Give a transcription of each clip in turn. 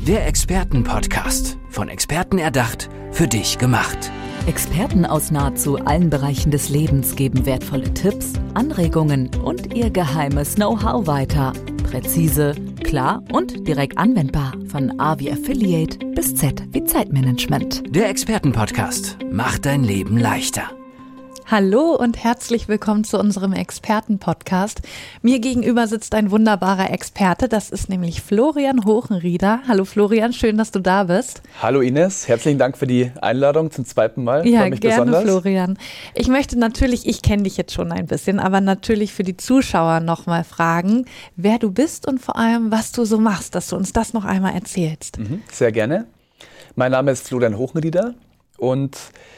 Der Experten-Podcast. Von Experten erdacht, für dich gemacht. Experten aus nahezu allen Bereichen des Lebens geben wertvolle Tipps, Anregungen und ihr geheimes Know-how weiter. Präzise, klar und direkt anwendbar. Von A wie Affiliate bis Z wie Zeitmanagement. Der Experten-Podcast macht dein Leben leichter. Hallo und herzlich willkommen zu unserem Experten-Podcast. Mir gegenüber sitzt ein wunderbarer Experte, das ist nämlich Florian Hochenrieder. Hallo Florian, schön, dass du da bist. Hallo Ines, herzlichen Dank für die Einladung zum zweiten Mal. Ja, freut mich gerne besonders. Florian. Ich möchte natürlich, ich kenne dich jetzt schon ein bisschen, aber natürlich für die Zuschauer nochmal fragen, wer du bist und vor allem, was du so machst, dass du uns das noch einmal erzählst. Sehr gerne. Mein Name ist Florian Hochenrieder und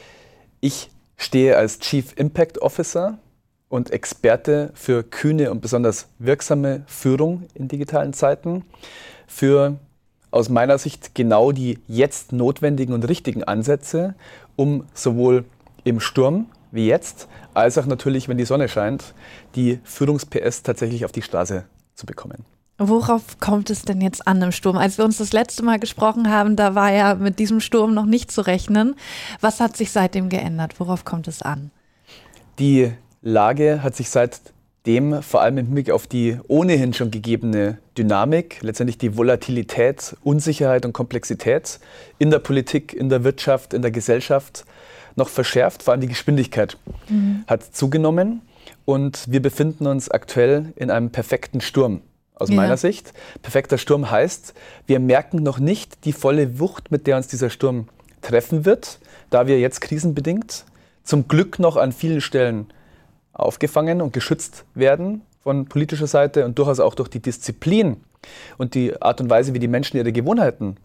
ich stehe als Chief Impact Officer und Experte für kühne und besonders wirksame Führung in digitalen Zeiten, für aus meiner Sicht genau die jetzt notwendigen und richtigen Ansätze, um sowohl im Sturm wie jetzt, als auch natürlich, wenn die Sonne scheint, die Führungs-PS tatsächlich auf die Straße zu bekommen. Worauf kommt es denn jetzt an im Sturm? Als wir uns das letzte Mal gesprochen haben, da war ja mit diesem Sturm noch nicht zu rechnen. Was hat sich seitdem geändert? Worauf kommt es an? Die Lage hat sich seitdem vor allem im Hinblick auf die ohnehin schon gegebene Dynamik, letztendlich die Volatilität, Unsicherheit und Komplexität in der Politik, in der Wirtschaft, in der Gesellschaft noch verschärft. Vor allem die Geschwindigkeit hat zugenommen und wir befinden uns aktuell in einem perfekten Sturm. Aus meiner Sicht. Perfekter Sturm heißt, wir merken noch nicht die volle Wucht, mit der uns dieser Sturm treffen wird, da wir jetzt krisenbedingt zum Glück noch an vielen Stellen aufgefangen und geschützt werden von politischer Seite und durchaus auch durch die Disziplin und die Art und Weise, wie die Menschen ihre Gewohnheiten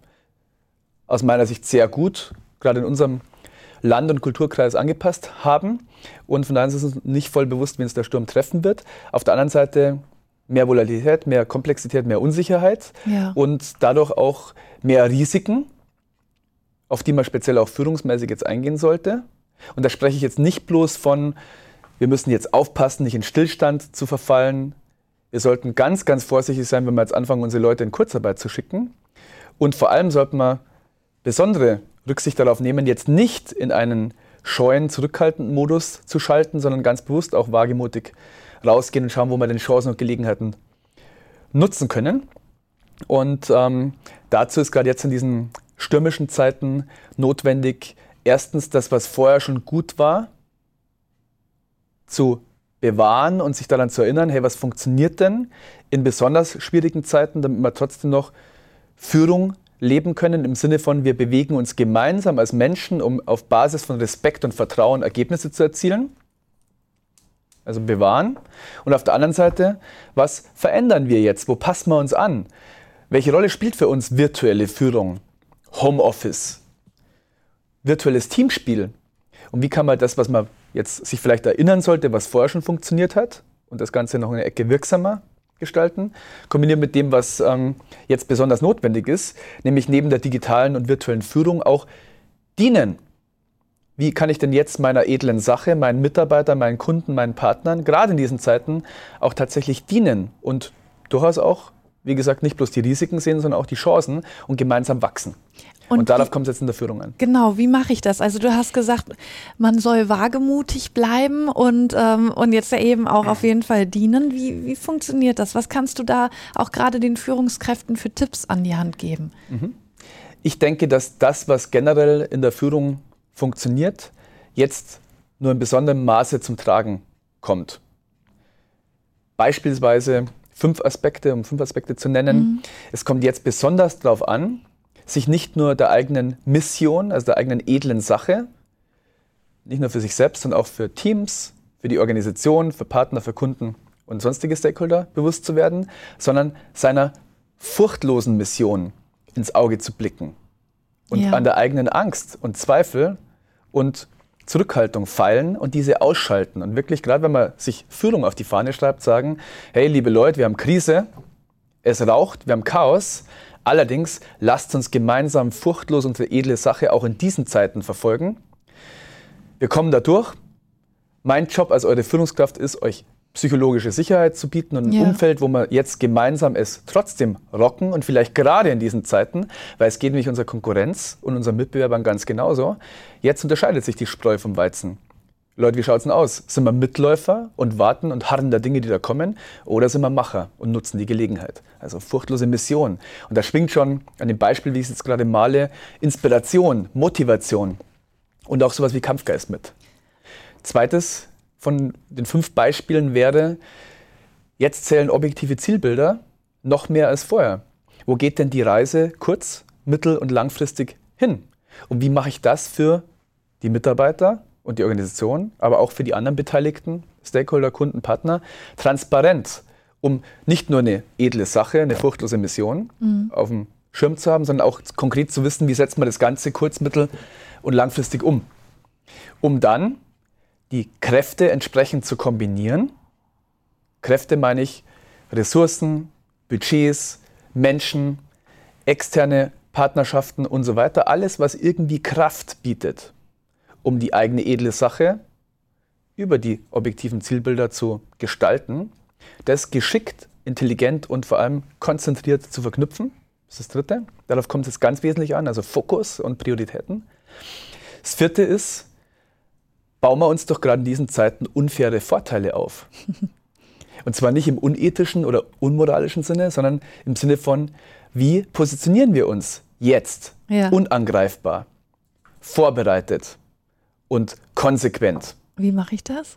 aus meiner Sicht sehr gut, gerade in unserem Land- und Kulturkreis angepasst haben. Und von daher ist es uns nicht voll bewusst, wie uns der Sturm treffen wird. Auf der anderen Seite mehr Volatilität, mehr Komplexität, mehr Unsicherheit und dadurch auch mehr Risiken, auf die man speziell auch führungsmäßig jetzt eingehen sollte. Und da spreche ich jetzt nicht bloß von, wir müssen jetzt aufpassen, nicht in Stillstand zu verfallen. Wir sollten ganz, ganz vorsichtig sein, wenn wir jetzt anfangen, unsere Leute in Kurzarbeit zu schicken. Und vor allem sollten wir besondere Rücksicht darauf nehmen, jetzt nicht in einen scheuen, zurückhaltenden Modus zu schalten, sondern ganz bewusst auch wagemutig rausgehen und schauen, wo wir denn Chancen und Gelegenheiten nutzen können. Und dazu ist gerade jetzt in diesen stürmischen Zeiten notwendig, erstens das, was vorher schon gut war, zu bewahren und sich daran zu erinnern, hey, was funktioniert denn in besonders schwierigen Zeiten, damit wir trotzdem noch Führung leben können, im Sinne von, wir bewegen uns gemeinsam als Menschen, um auf Basis von Respekt und Vertrauen Ergebnisse zu erzielen. Also bewahren. Und auf der anderen Seite, was verändern wir jetzt? Wo passen wir uns an? Welche Rolle spielt für uns virtuelle Führung, Homeoffice, virtuelles Teamspiel? Und wie kann man das, was man jetzt sich vielleicht erinnern sollte, was vorher schon funktioniert hat, und das Ganze noch eine Ecke wirksamer gestalten, kombinieren mit dem, was jetzt besonders notwendig ist, nämlich neben der digitalen und virtuellen Führung auch dienen. Wie kann ich denn jetzt meiner edlen Sache, meinen Mitarbeitern, meinen Kunden, meinen Partnern, gerade in diesen Zeiten, auch tatsächlich dienen und durchaus auch, wie gesagt, nicht bloß die Risiken sehen, sondern auch die Chancen und gemeinsam wachsen. Und darauf kommt es jetzt in der Führung an. Genau, wie mache ich das? Also du hast gesagt, man soll wagemutig bleiben und jetzt ja eben auch auf jeden Fall dienen. Wie funktioniert das? Was kannst du da auch gerade den Führungskräften für Tipps an die Hand geben? Ich denke, dass das, was generell in der Führung funktioniert, jetzt nur in besonderem Maße zum Tragen kommt. Beispielsweise 5 Aspekte, um 5 Aspekte zu nennen. Es kommt jetzt besonders darauf an, sich nicht nur der eigenen Mission, also der eigenen edlen Sache, nicht nur für sich selbst, sondern auch für Teams, für die Organisation, für Partner, für Kunden und sonstige Stakeholder bewusst zu werden, sondern seiner furchtlosen Mission ins Auge zu blicken und an der eigenen Angst und Zweifel und Zurückhaltung feilen und diese ausschalten. Und wirklich, gerade wenn man sich Führung auf die Fahne schreibt, sagen, hey, liebe Leute, wir haben Krise, es raucht, wir haben Chaos. Allerdings lasst uns gemeinsam furchtlos unsere edle Sache auch in diesen Zeiten verfolgen. Wir kommen da durch. Mein Job als eure Führungskraft ist, euch psychologische Sicherheit zu bieten und ein Umfeld, wo wir jetzt gemeinsam es trotzdem rocken und vielleicht gerade in diesen Zeiten, weil es geht nämlich unserer Konkurrenz und unseren Mitbewerbern ganz genauso. Jetzt unterscheidet sich die Spreu vom Weizen. Leute, wie schaut es denn aus? Sind wir Mitläufer und warten und harren der Dinge, die da kommen? Oder sind wir Macher und nutzen die Gelegenheit? Also furchtlose Mission. Und da schwingt schon an dem Beispiel, wie ich es jetzt gerade male, Inspiration, Motivation und auch sowas wie Kampfgeist mit. Zweites von den 5 Beispielen wäre, jetzt zählen objektive Zielbilder noch mehr als vorher. Wo geht denn die Reise kurz-, mittel- und langfristig hin? Und wie mache ich das für die Mitarbeiter und die Organisation, aber auch für die anderen Beteiligten, Stakeholder, Kunden, Partner, transparent, um nicht nur eine edle Sache, eine furchtlose Mission auf dem Schirm zu haben, sondern auch konkret zu wissen, wie setzt man das Ganze kurz-, mittel- und langfristig um. Um dann die Kräfte entsprechend zu kombinieren. Kräfte meine ich Ressourcen, Budgets, Menschen, externe Partnerschaften und so weiter. Alles, was irgendwie Kraft bietet, um die eigene edle Sache über die objektiven Zielbilder zu gestalten, das geschickt, intelligent und vor allem konzentriert zu verknüpfen. Das ist das 3. Darauf kommt es ganz wesentlich an, also Fokus und Prioritäten. Das 4. ist, bauen wir uns doch gerade in diesen Zeiten unfaire Vorteile auf. Und zwar nicht im unethischen oder unmoralischen Sinne, sondern im Sinne von, wie positionieren wir uns jetzt unangreifbar, vorbereitet und konsequent. Wie mache ich das?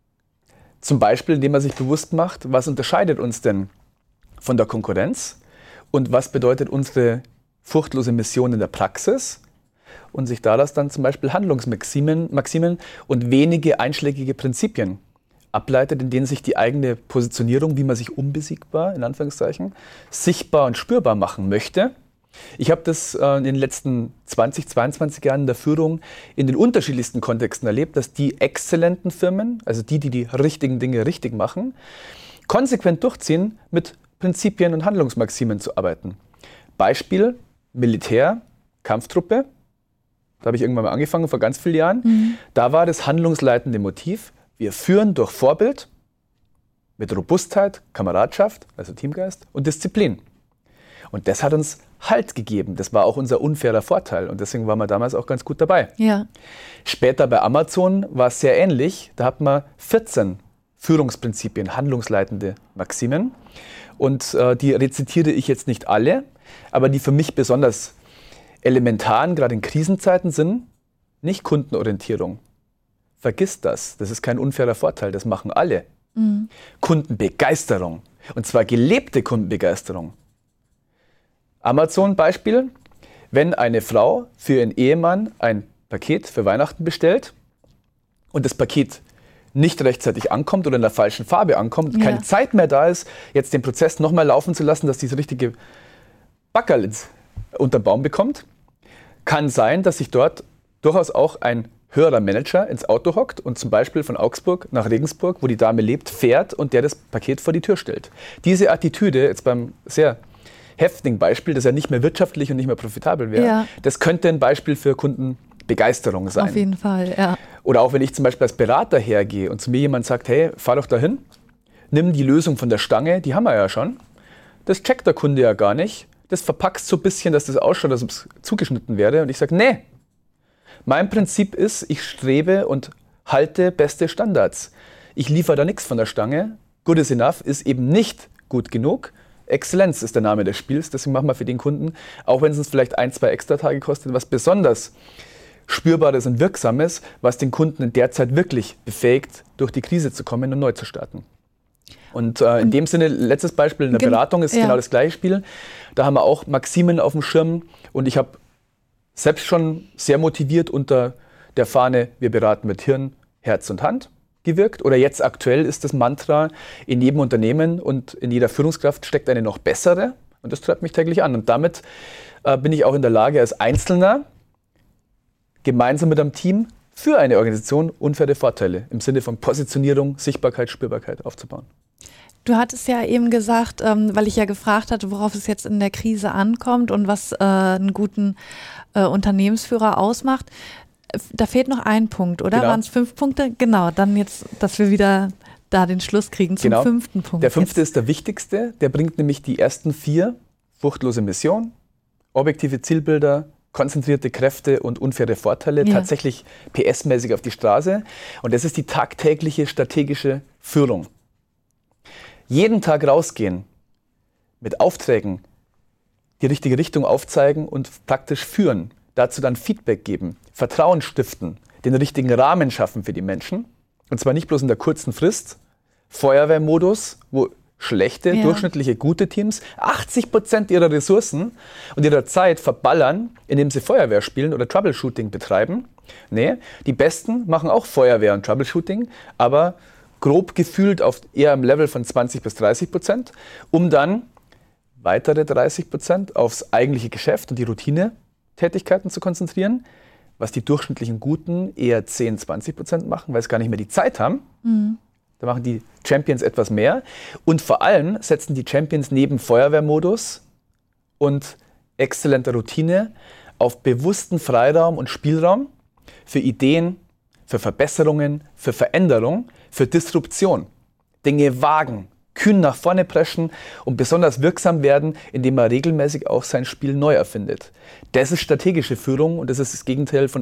Zum Beispiel, indem man sich bewusst macht, was unterscheidet uns denn von der Konkurrenz und was bedeutet unsere furchtlose Mission in der Praxis und sich daraus dann zum Beispiel Handlungsmaximen und wenige einschlägige Prinzipien ableitet, in denen sich die eigene Positionierung, wie man sich unbesiegbar, in Anführungszeichen, sichtbar und spürbar machen möchte. Ich habe das in den letzten 20, 22 Jahren in der Führung in den unterschiedlichsten Kontexten erlebt, dass die exzellenten Firmen, also die die richtigen Dinge richtig machen, konsequent durchziehen, mit Prinzipien und Handlungsmaximen zu arbeiten. Beispiel, Militär, Kampftruppe. Da habe ich irgendwann mal angefangen, vor ganz vielen Jahren. Da war das handlungsleitende Motiv, wir führen durch Vorbild mit Robustheit, Kameradschaft, also Teamgeist und Disziplin. Und das hat uns Halt gegeben. Das war auch unser unfairer Vorteil und deswegen waren wir damals auch ganz gut dabei. Ja. Später bei Amazon war es sehr ähnlich. Da hat man 14 Führungsprinzipien, handlungsleitende Maximen und die rezitiere ich jetzt nicht alle, aber die für mich besonders elementaren, gerade in Krisenzeiten sind, nicht Kundenorientierung. Vergiss das. Das ist kein unfairer Vorteil. Das machen alle. Kundenbegeisterung. Und zwar gelebte Kundenbegeisterung. Amazon-Beispiel. Wenn eine Frau für ihren Ehemann ein Paket für Weihnachten bestellt und das Paket nicht rechtzeitig ankommt oder in der falschen Farbe ankommt und keine Zeit mehr da ist, jetzt den Prozess nochmal laufen zu lassen, dass diese richtige Backerl unter den Baum bekommt, kann sein, dass sich dort durchaus auch ein höherer Manager ins Auto hockt und zum Beispiel von Augsburg nach Regensburg, wo die Dame lebt, fährt und der das Paket vor die Tür stellt. Diese Attitüde, jetzt beim sehr heftigen Beispiel, das ja nicht mehr wirtschaftlich und nicht mehr profitabel wäre, das könnte ein Beispiel für Kundenbegeisterung sein. Auf jeden Fall, ja. Oder auch wenn ich zum Beispiel als Berater hergehe und zu mir jemand sagt, hey, fahr doch dahin, nimm die Lösung von der Stange, die haben wir ja schon. Das checkt der Kunde ja gar nicht. Das verpackst so ein bisschen, dass das ausschaut, als ob es zugeschnitten wäre. Und ich sage, nee. Mein Prinzip ist, ich strebe und halte beste Standards. Ich liefere da nichts von der Stange. Good is enough ist eben nicht gut genug. Exzellenz ist der Name des Spiels. Deswegen machen wir für den Kunden, auch wenn es uns vielleicht 1, 2 Extra-Tage kostet, was besonders Spürbares und Wirksames, was den Kunden in der Zeit wirklich befähigt, durch die Krise zu kommen und neu zu starten. Und in dem Sinne, letztes Beispiel in der Beratung ist genau das gleiche Spiel. Da haben wir auch Maximen auf dem Schirm und ich habe selbst schon sehr motiviert unter der Fahne, wir beraten mit Hirn, Herz und Hand gewirkt. Oder jetzt aktuell ist das Mantra, in jedem Unternehmen und in jeder Führungskraft steckt eine noch bessere. Und das treibt mich täglich an. Und damit bin ich auch in der Lage, als Einzelner gemeinsam mit einem Team für eine Organisation unfaire Vorteile im Sinne von Positionierung, Sichtbarkeit, Spürbarkeit aufzubauen. Du hattest ja eben gesagt, weil ich ja gefragt hatte, worauf es jetzt in der Krise ankommt und was einen guten Unternehmensführer ausmacht. Da fehlt noch ein Punkt, oder? Genau. Waren es 5 Punkte? Genau, dann jetzt, dass wir wieder da den Schluss kriegen zum 5. Punkt. Der 5. ist der wichtigste. Der bringt nämlich die ersten 4, furchtlose Mission, objektive Zielbilder, konzentrierte Kräfte und unfaire Vorteile, tatsächlich PS-mäßig auf die Straße. Und das ist die tagtägliche strategische Führung. Jeden Tag rausgehen, mit Aufträgen, die richtige Richtung aufzeigen und praktisch führen. Dazu dann Feedback geben, Vertrauen stiften, den richtigen Rahmen schaffen für die Menschen. Und zwar nicht bloß in der kurzen Frist. Feuerwehrmodus, wo schlechte, durchschnittliche, gute Teams 80% ihrer Ressourcen und ihrer Zeit verballern, indem sie Feuerwehr spielen oder Troubleshooting betreiben. Nee, die Besten machen auch Feuerwehr und Troubleshooting, aber grob gefühlt auf eher im Level von 20-30%, um dann weitere 30% aufs eigentliche Geschäft und die Routine-Tätigkeiten zu konzentrieren, was die durchschnittlichen Guten eher 10-20% machen, weil sie gar nicht mehr die Zeit haben. Da machen die Champions etwas mehr. Und vor allem setzen die Champions neben Feuerwehrmodus und exzellenter Routine auf bewussten Freiraum und Spielraum für Ideen, für Verbesserungen, für Veränderung, für Disruption. Dinge wagen, kühn nach vorne preschen und besonders wirksam werden, indem man regelmäßig auch sein Spiel neu erfindet. Das ist strategische Führung und das ist das Gegenteil von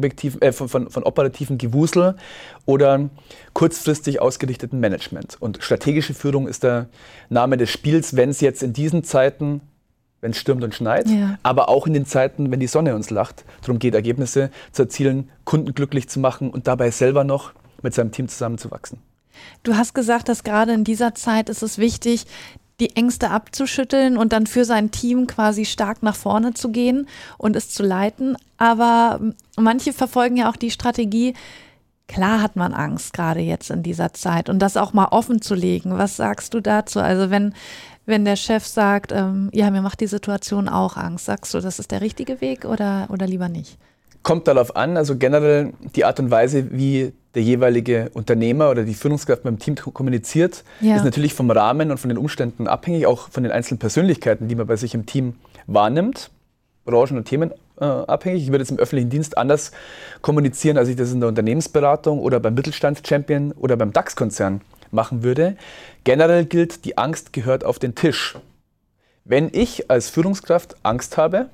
operativen Gewusel oder kurzfristig ausgerichteten Management. Und strategische Führung ist der Name des Spiels, wenn es jetzt in diesen Zeiten, wenn es stürmt und schneit, aber auch in den Zeiten, wenn die Sonne uns lacht, darum geht, Ergebnisse zu erzielen, Kunden glücklich zu machen und dabei selber noch mit seinem Team zusammenzuwachsen. Du hast gesagt, dass gerade in dieser Zeit ist es wichtig, die Ängste abzuschütteln und dann für sein Team quasi stark nach vorne zu gehen und es zu leiten. Aber manche verfolgen ja auch die Strategie, klar hat man Angst, gerade jetzt in dieser Zeit und das auch mal offen zu legen. Was sagst du dazu? Also wenn der Chef sagt, ja, mir macht die Situation auch Angst, sagst du, das ist der richtige Weg oder lieber nicht? Kommt darauf an, also generell die Art und Weise, wie der jeweilige Unternehmer oder die Führungskraft beim Team kommuniziert, ist natürlich vom Rahmen und von den Umständen abhängig, auch von den einzelnen Persönlichkeiten, die man bei sich im Team wahrnimmt, branchen- und themenabhängig. Ich würde jetzt im öffentlichen Dienst anders kommunizieren, als ich das in der Unternehmensberatung oder beim Mittelstand-Champion oder beim DAX-Konzern machen würde. Generell gilt, die Angst gehört auf den Tisch. Wenn ich als Führungskraft Angst habe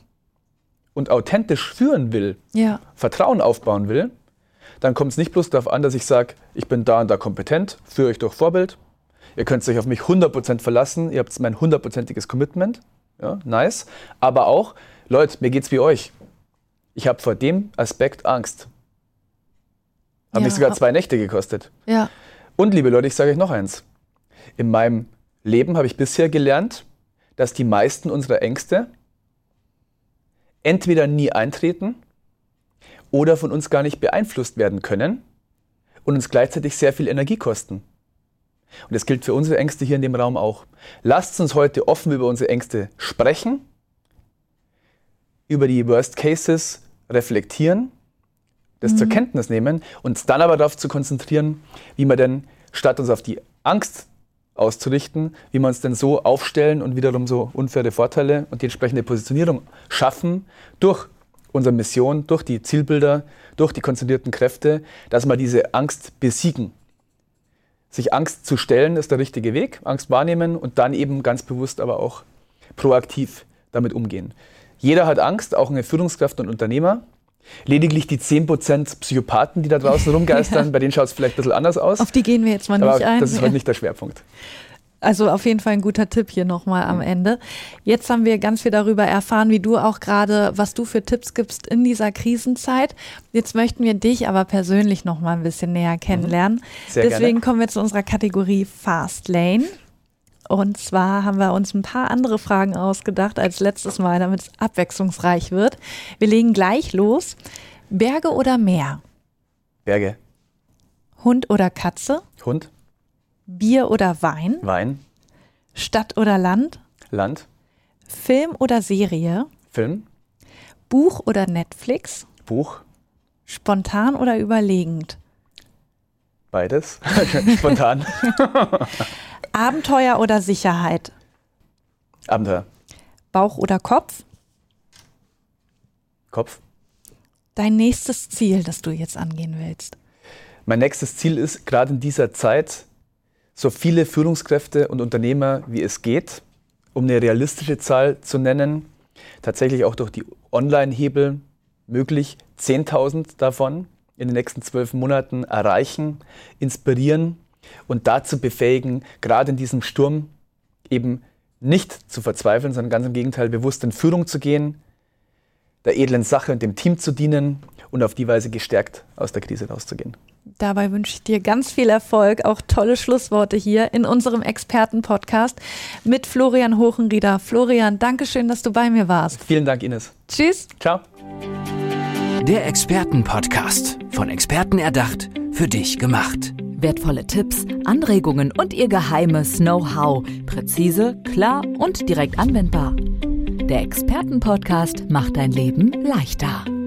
und authentisch führen will, Vertrauen aufbauen will, dann kommt es nicht bloß darauf an, dass ich sage, ich bin da und da kompetent, führe euch durch Vorbild. Ihr könnt euch auf mich 100% verlassen, ihr habt mein 100%iges Commitment, ja, nice. Aber auch, Leute, mir geht's wie euch. Ich habe vor dem Aspekt Angst. Hat mich sogar 2 Nächte gekostet. Ja. Und liebe Leute, ich sage euch noch eins. In meinem Leben habe ich bisher gelernt, dass die meisten unserer Ängste entweder nie eintreten oder von uns gar nicht beeinflusst werden können und uns gleichzeitig sehr viel Energie kosten. Und das gilt für unsere Ängste hier in dem Raum auch. Lasst uns heute offen über unsere Ängste sprechen, über die Worst Cases reflektieren, das zur Kenntnis nehmen und uns dann aber darauf zu konzentrieren, wie man denn, statt uns auf die Angst auszurichten, wie wir uns denn so aufstellen und wiederum so unfaire Vorteile und die entsprechende Positionierung schaffen durch unsere Mission, durch die Zielbilder, durch die konzentrierten Kräfte, dass wir diese Angst besiegen. Sich Angst zu stellen ist der richtige Weg, Angst wahrnehmen und dann eben ganz bewusst aber auch proaktiv damit umgehen. Jeder hat Angst, auch eine Führungskraft und Unternehmer. Lediglich die 10% Psychopathen, die da draußen rumgeistern, bei denen schaut es vielleicht ein bisschen anders aus. Auf die gehen wir jetzt mal nicht ein. Das ist heute nicht der Schwerpunkt. Also auf jeden Fall ein guter Tipp hier nochmal am Ende. Jetzt haben wir ganz viel darüber erfahren, wie du auch gerade, was du für Tipps gibst in dieser Krisenzeit. Jetzt möchten wir dich aber persönlich nochmal ein bisschen näher kennenlernen. Sehr Deswegen gerne. kommen wir zu unserer Kategorie Fast Lane. Und zwar haben wir uns ein paar andere Fragen ausgedacht als letztes Mal, damit es abwechslungsreich wird. Wir legen gleich los. Berge oder Meer? Berge. Hund oder Katze? Hund. Bier oder Wein? Wein. Stadt oder Land? Land. Film oder Serie? Film. Buch oder Netflix? Buch. Spontan oder überlegend? Beides. Spontan. Abenteuer oder Sicherheit? Abenteuer. Bauch oder Kopf? Kopf. Dein nächstes Ziel, das du jetzt angehen willst? Mein nächstes Ziel ist, gerade in dieser Zeit, so viele Führungskräfte und Unternehmer wie es geht, um eine realistische Zahl zu nennen, tatsächlich auch durch die Online-Hebel möglich, 10.000 davon in den nächsten 12 Monaten erreichen, inspirieren und dazu befähigen, gerade in diesem Sturm eben nicht zu verzweifeln, sondern ganz im Gegenteil bewusst in Führung zu gehen, der edlen Sache und dem Team zu dienen und auf die Weise gestärkt aus der Krise rauszugehen. Dabei wünsche ich dir ganz viel Erfolg, auch tolle Schlussworte hier in unserem Experten-Podcast mit Florian Hochenrieder. Florian, danke schön, dass du bei mir warst. Vielen Dank, Ines. Tschüss. Ciao. Der Experten-Podcast. Von Experten erdacht, für dich gemacht. Wertvolle Tipps, Anregungen und ihr geheimes Know-how. Präzise, klar und direkt anwendbar. Der Experten-Podcast macht dein Leben leichter.